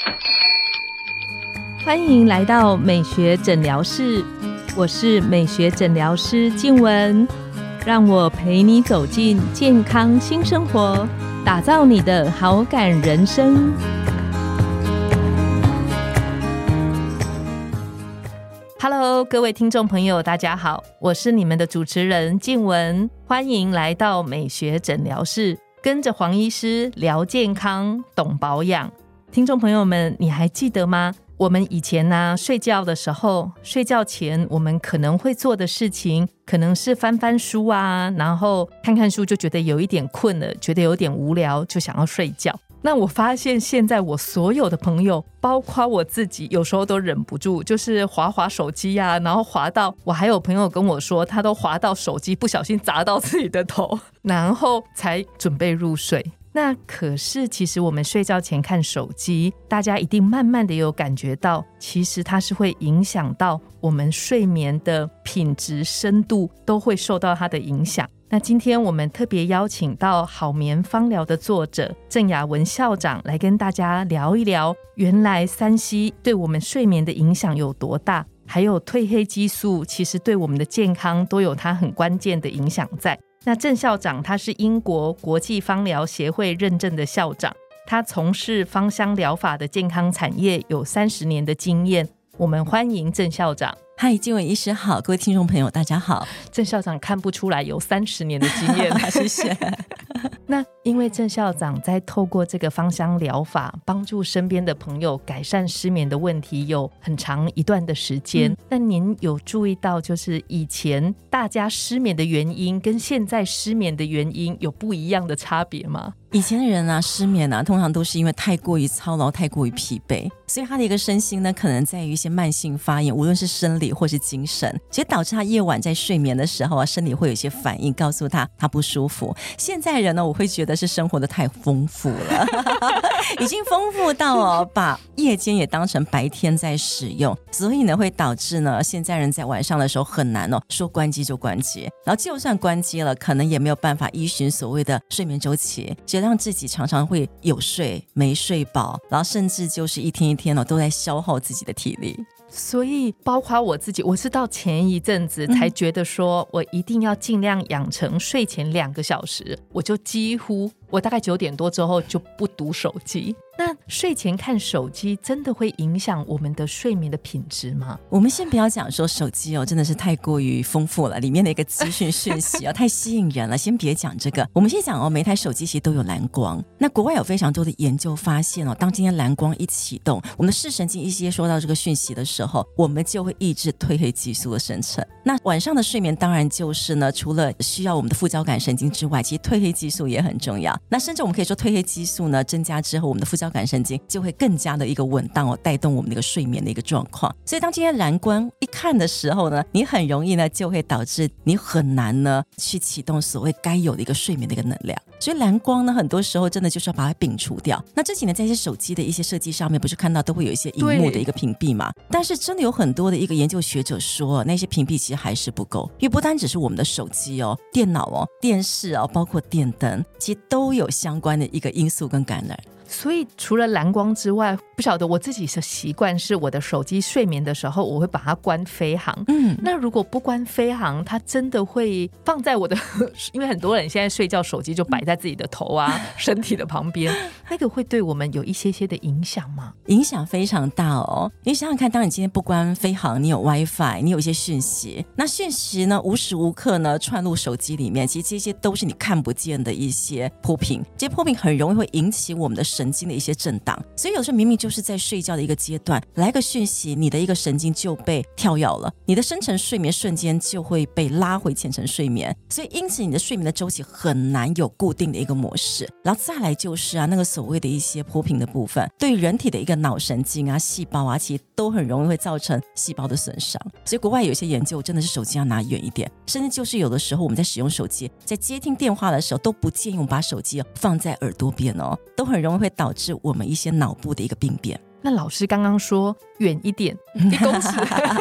欢迎来到美学诊疗室，我是美学诊疗师静雯，让我陪你走进健康新生活，打造你的好感人生。Hello， 各位听众朋友，大家好，我是你们的主持人静雯，欢迎来到美学诊疗室，跟着黄医师聊健康，懂保养。听众朋友们，你还记得吗？我们以前睡觉的时候，睡觉前我们可能会做的事情，可能是翻翻书然后看看书就觉得有一点困了，觉得有点无聊，就想要睡觉。那我发现现在我所有的朋友，包括我自己，有时候都忍不住，就是滑手机然后滑到，我还有朋友跟我说，他都滑到手机不小心砸到自己的头，然后才准备入睡。那可是其实我们睡觉前看手机，大家一定慢慢的有感觉到，其实它是会影响到我们睡眠的品质深度，都会受到它的影响。那今天我们特别邀请到好眠芳疗的作者郑雅文校长来跟大家聊一聊，原来3C 对我们睡眠的影响有多大，还有褪黑激素其实对我们的健康都有它很关键的影响在。那郑校长他是英国国际芳疗协会认证的校长，他从事芳香疗法的健康产业有30年的经验。我们欢迎郑校长。 嗨，静雯医师好，各位听众朋友大家好。 郑校长看不出来有30年的经验谢谢。 那因为郑校长在透过这个芳香疗法帮助身边的朋友改善失眠的问题有很长一段的时间，那您有注意到就是以前大家失眠的原因跟现在失眠的原因有不一样的差别吗？ 以前的人失眠通常都是因为太过于操劳，太过于疲惫，所以他的一个身心呢，可能在于一些慢性发炎，无论是生理或是精神，所以导致他夜晚在睡眠的时候身体会有一些反应，告诉他不舒服。现在人呢，我会觉得是生活的太丰富了已经丰富到把夜间也当成白天在使用，所以呢会导致呢现在人在晚上的时候很难说关机就关机，然后就算关机了，可能也没有办法依循所谓的睡眠周期，就让自己常常会有睡没睡饱，然后甚至就是一天一天都在消耗自己的体力。 所以包括我自己，我是到前一阵子才觉得说我一定要尽量养成睡前2个小时，我就几乎我大概9点多之后就不读手机。那睡前看手机真的会影响我们的睡眠的品质吗？ 我们先不要讲说手机真的是太过于丰富了，里面的一个资讯讯息太吸引人了，先别讲这个，我们先讲每台手机其实都有蓝光。那国外有非常多的研究发现当今天蓝光一启动，我们的视神经一接收到这个讯息的时候，我们就会抑制褪黑激素的生成。那晚上的睡眠当然就是呢，除了需要我们的副交感神经之外，其实褪黑激素也很重要。那甚至我们可以说褪黑激素呢增加之后，我们的副交感神经就会更加的一个稳当带动我们的一个睡眠的一个状况。所以当今天蓝光一看的时候呢，你很容易呢就会导致你很难呢去启动所谓该有的一个睡眠的一个能量。所以蓝光呢很多时候真的就是要把它摒除掉。那这几年在一些手机的一些设计上面，不是看到都会有一些萤幕的一个屏蔽嘛？但是真的有很多的一个研究学者说，那些屏蔽其实还是不够，因为不单只是我们的手机电脑电视包括电灯，其实都有相关的一个因素跟感染。 所以除了蓝光之外，不晓得我自己的习惯是我的手机睡眠的时候我会把它关飞行。那如果不关飞行，它真的会放在我的因为很多人现在睡觉手机就摆在自己的头身体的旁边，那个会对我们有一些些的影响吗？ 影响非常大你想想看，当你今天不关飞行，你有 WiFi， 你有一些讯息，那讯息呢无时无刻呢串入手机里面，其实这些都是你看不见的一些波频，这些波频很容易会引起我们的神经的一些震荡。所以有时候明明就是在睡觉的一个阶段，来个讯息，你的一个神经就被跳跃了，你的深层睡眠瞬间就会被拉回浅层睡眠，所以因此你的睡眠的周期很难有固定的一个模式。然后再来就是那个所谓的一些波频的部分，对人体的一个脑神经细胞其实都很容易会造成细胞的损伤。所以国外有一些研究真的是手机要拿远一点，甚至就是有的时候我们在使用手机，在接听电话的时候都不建议我们把手机放在耳朵边都很容易会导致我们一些脑部的一个病变。 那老师刚刚说远一点1公尺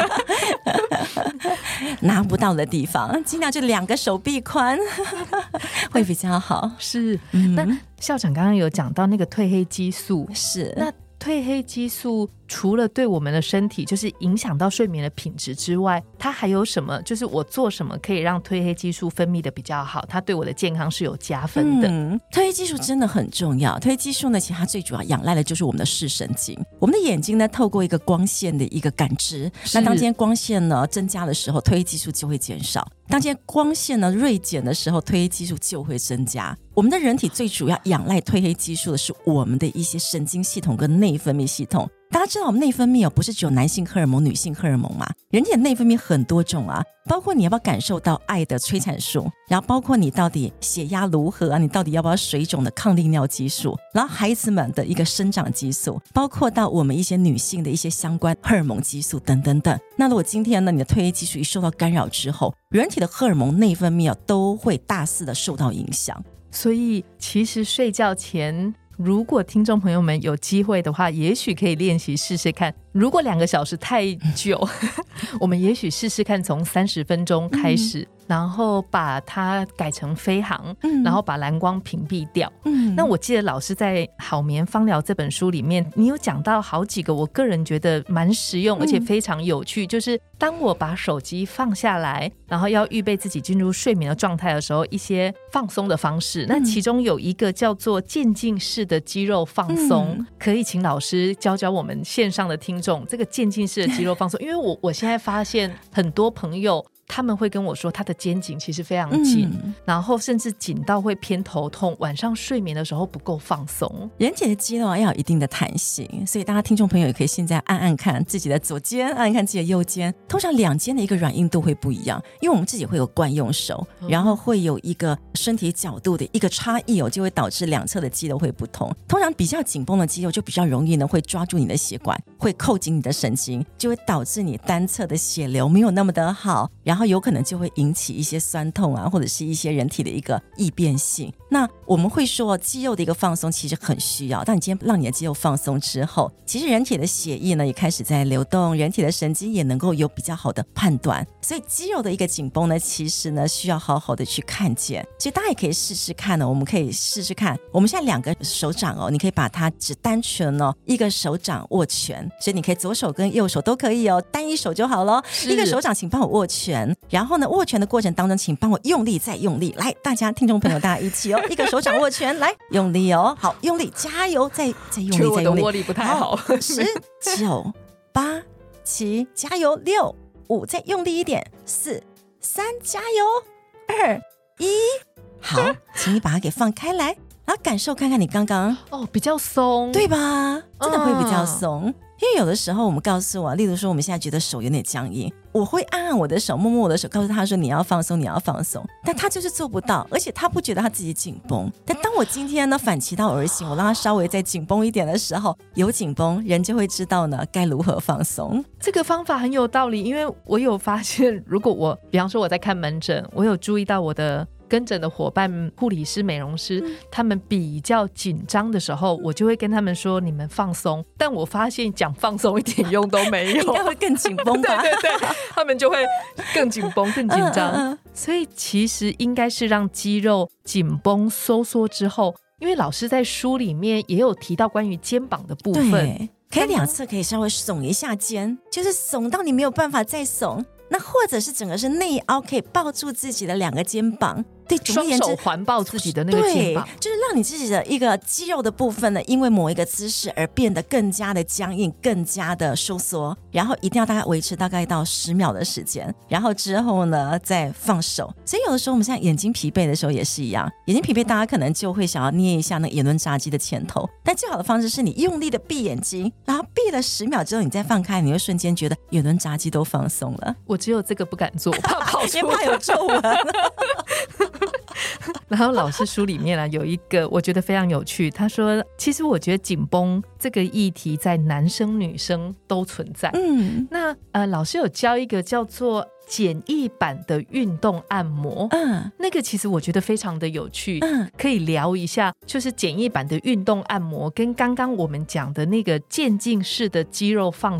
拿不到的地方尽量就2个手臂宽会比较好。 是那校长刚刚有讲到那个褪黑激素， 是那褪黑激素除了对我们的身体就是影响到睡眠的品质之外，它还有什么，就是我做什么可以让褪黑激素分泌的比较好，它对我的健康是有加分的。 褪黑激素真的很重要。褪黑激素呢，其实它最主要仰赖的就是我们的视神经。我们的眼睛呢，透过一个光线的一个感知，那当今天光线呢增加的时候，褪黑激素就会减少；当今天光线呢锐减的时候，褪黑激素就会增加。我们的人体最主要仰赖褪黑激素的是我们的一些神经系统跟内分泌系统。大家知道我们内分泌不是只有男性荷尔蒙女性荷尔蒙吗？人体的内分泌很多种啊，包括你要不要感受到爱的催产素，然后包括你到底血压如何啊，你到底要不要水肿的抗利尿激素，然后孩子们的一个生长激素，包括到我们一些女性的一些相关荷尔蒙激素等等等。那如果今天呢，你的褪黑激素一受到干扰之后，人体的荷尔蒙内分泌都会大肆的受到影响。 所以其实睡觉前，如果听众朋友们有机会的话，也许可以练习试试看。如果2个小时太久我们也许试试看从30分钟开始，然后把它改成飞航，然后把蓝光屏蔽掉。那我记得老师在《好眠芳疗》这本书里面，你有讲到好几个我个人觉得蛮实用而且非常有趣，就是当我把手机放下来，然后要预备自己进入睡眠的状态的时候，一些放松的方式。那其中有一个叫做渐进式的肌肉放松，可以请老师教教我们线上的听众这个渐进式的肌肉放松。因为我现在发现很多朋友他们会跟我说他的肩颈其实非常紧，然后甚至紧到会偏头痛，晚上睡眠的时候不够放松。 人体的肌肉要有一定的弹性，所以大家听众朋友也可以现在按按看自己的左肩，按按看自己的右肩，通常两肩的一个软硬度会不一样，因为我们自己会有惯用手，然后会有一个身体角度的一个差异就会导致两侧的肌肉会不同。通常比较紧绷的肌肉就比较容易呢会抓住你的血管，会扣紧你的神经，就会导致你单侧的血流没有那么的好，然后有可能就会引起一些酸痛啊，或者是一些人体的一个易变性。那我们会说肌肉的一个放松其实很需要，当你今天让你的肌肉放松之后，其实人体的血液呢也开始在流动，人体的神经也能够有比较好的判断。所以肌肉的一个紧绷呢，其实呢需要好好的去看见。所以大家也可以试试看我们可以试试看，我们现在2个手掌你可以把它只单纯一个手掌握拳，所以你可以左手跟右手都可以单一手就好了。一个手掌请帮我握拳，然后呢握拳的过程当中请帮我用力再用力，来大家听众朋友大家一起一个手掌握拳，来用力好用力，加油，再用力，再用力。 我的握力不太好。 10、9、8、7，加油，6、5，再用力一点，4、3，加油，2、1，好，请你把它给放开来，然后感受看看你刚刚比较松， 对吧？真的会比较松。因为有的时候我们告诉我，例如说我们现在觉得手有点僵硬，我会按按我的手，摸摸我的手，告诉他说你要放松，你要放松，但他就是做不到，而且他不觉得他自己紧绷。但当我今天呢反其道而行，我让他稍微再紧绷一点的时候，有紧绷人就会知道呢该如何放松。 这个方法很有道理，因为我有发现，如果比方说我在看门诊，我有注意到我的跟诊的伙伴护理师美容师他们比较紧张的时候，我就会跟他们说你们放松，但我发现讲放松一点用都没有， 应该会更紧绷吧。 对对对，他们就会更紧绷更紧张。所以其实应该是让肌肉紧绷收缩之后，因为老师在书里面也有提到关于肩膀的部分， 对，可以两侧可以稍微耸一下肩，就是耸到你没有办法再耸，那或者是整个是内凹，可以抱住自己的2个肩膀，对， 双手环抱自己的那个肩膀， 就是让你自己的一个肌肉的部分呢，因为某一个姿势而变得更加的僵硬，更加的收缩，然后一定要大概维持大概到10秒的时间，然后之后呢再放手。所以有的时候我们现在眼睛疲惫的时候也是一样，眼睛疲惫大家可能就会想要捏一下那个眼轮匝肌的前头，但最好的方式是你用力的闭眼睛，然后闭了10秒之后你再放开，你会瞬间觉得眼轮匝肌都放松了。 我只有这个不敢做，我怕跑出来， 因为怕有皱纹。 然后老师书里面有一个我觉得非常有趣，他说其实我觉得紧绷这个议题在男生女生都存在。那老师有教一个叫做简易版的运动按摩，那个其实我觉得非常的有趣，可以聊一下，就是简易版的运动按摩跟刚刚我们讲的那个渐进式的肌肉放松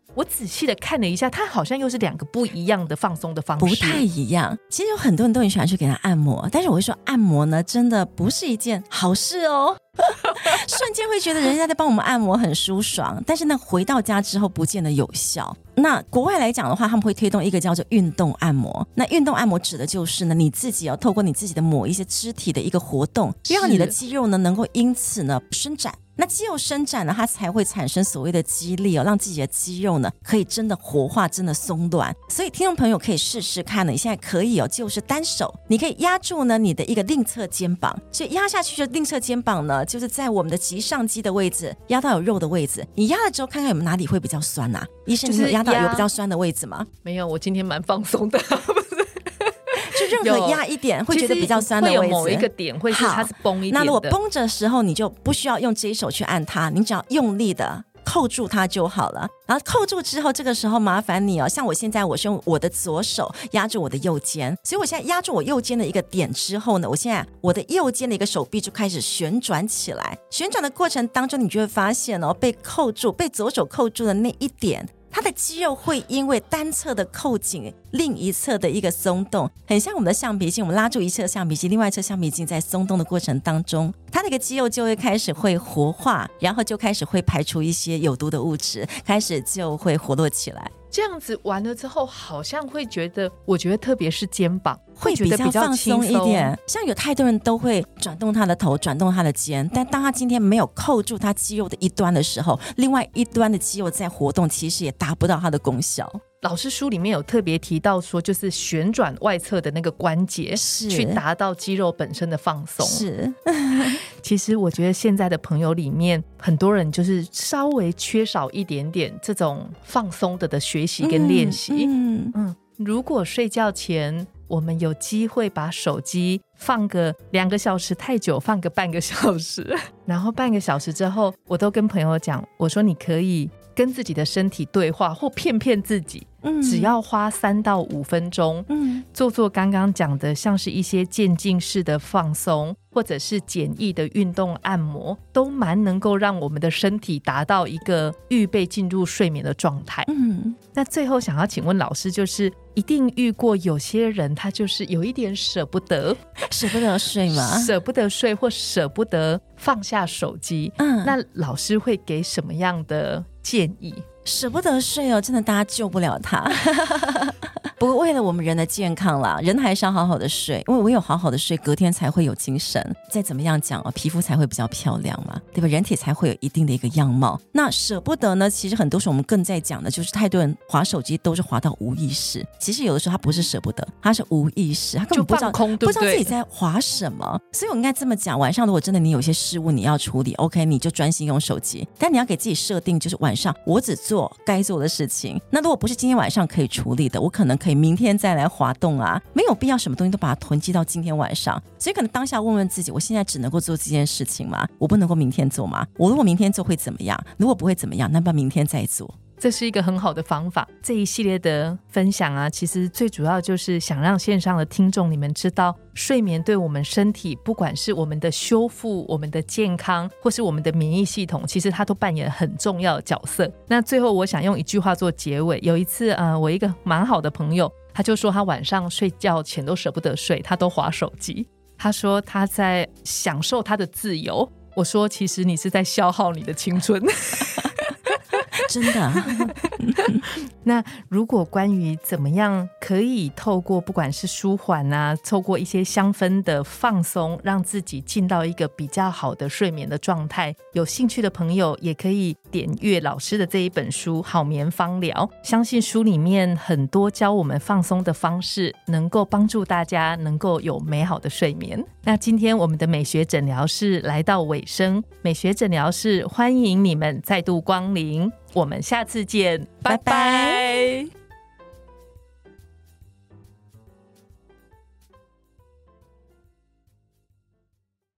我仔细的看了一下，它好像又是2个不一样的放松的方式， 不太一样。其实有很多人都很喜欢去给他按摩，但是我会说按摩呢真的不是一件好事哦瞬间会觉得人家在帮我们按摩很舒爽，但是呢回到家之后不见得有效。那国外来讲的话，他们会推动一个叫做运动按摩。那运动按摩指的就是呢，你自己透过你自己的某一些肢体的一个活动，让你的肌肉呢能够因此呢伸展。那肌肉伸展呢，它才会产生所谓的肌力让自己的肌肉呢可以真的活化，真的松软。所以听众朋友可以试试看呢，你现在可以就是单手，你可以压住呢你的一个另侧肩膀，所以压下去的另侧肩膀呢，就是在我们的棘上肌的位置，压到有肉的位置。你压了之后，看看有没有哪里会比较酸啊？医生，你有压到有比较酸的位置吗？ 没有，我今天蛮放松的。 就任何压一点会觉得比较酸的位置， 会有某一个点会是它是绷一点的。 那如果绷着的时候，你就不需要用这一手去按它，你只要用力的扣住它就好了。然后扣住之后，这个时候麻烦你像我现在我是用我的左手压住我的右肩，所以我现在压住我右肩的一个点之后呢，我现在我的右肩的一个手臂就开始旋转起来。旋转的过程当中，你就会发现被扣住，被左手扣住的那一点，它的肌肉会因为单侧的扣紧，另一侧的一个松动，很像我们的橡皮筋，我们拉住一侧橡皮筋，另外一侧橡皮筋在松动的过程当中，它的一个肌肉就会开始会活化，然后就开始会排除一些有毒的物质，开始就会活络起来。 这样子完了之后，好像会觉得，我觉得特别是肩膀会比较放松一点。像有太多人都会转动他的头，转动他的肩，但当他今天没有扣住他肌肉的一端的时候，另外一端的肌肉在活动，其实也达不到它的功效。 老师书里面有特别提到说，就是旋转外侧的那个关节，去达到肌肉本身的放松。 是其实我觉得现在的朋友里面，很多人就是稍微缺少一点点这种放松的学习跟练习。如果睡觉前我们有机会把手机放个2个小时太久，放个半个小时，然后半个小时之后，我都跟朋友讲，我说你可以跟自己的身体对话，或骗自己，只要花3到5分钟，做刚刚讲的像是一些渐进式的放松，或者是简易的运动按摩，都蛮能够让我们的身体达到一个预备进入睡眠的状态。那最后想要请问老师，就是一定遇过有些人他就是有一点舍不得睡吗？ 舍不得睡或舍不得放下手机，那老师会给什么样的建议？ 舍不得睡真的大家救不了他不过为了我们人的健康啦，人还是要好好的睡，因为唯有好好的睡，隔天才会有精神，再怎么样讲皮肤才会比较漂亮嘛，对吧？人体才会有一定的一个样貌。那舍不得呢，其实很多时候我们更在讲的就是太多人滑手机都是滑到无意识，其实有的时候他不是舍不得，他是无意识，他根本不知道， 对不对？ 不知道自己在滑什么。所以我应该这么讲，晚上如果真的你有些事物你要处理 OK， 你就专心用手机，但你要给自己设定，就是晚上我只做该做的事情。那如果不是今天晚上可以处理的，我可能可以明天再来滑动啊，没有必要什么东西都把它囤积到今天晚上。所以可能当下问问自己，我现在只能够做这件事情吗？我不能够明天做吗？我如果明天做会怎么样？如果不会怎么样，那不要明天再做。 这是一个很好的方法。这一系列的分享啊，其实最主要就是想让线上的听众你们知道，睡眠对我们身体，不管是我们的修复、我们的健康，或是我们的免疫系统，其实它都扮演很重要的角色。那最后我想用一句话做结尾。有一次我一个蛮好的朋友，他就说他晚上睡觉前都舍不得睡，他都滑手机。他说他在享受他的自由。我说其实你是在消耗你的青春真的那如果关于怎么样可以透过不管是舒缓啊，透过一些香氛的放松，让自己进到一个比较好的睡眠的状态，有兴趣的朋友也可以点阅老师的这一本书《好眠芳疗》，相信书里面很多教我们放松的方式，能够帮助大家能够有美好的睡眠。那今天我们的美学诊疗室来到尾声，美学诊疗室欢迎你们再度光临，我们下次见，拜拜。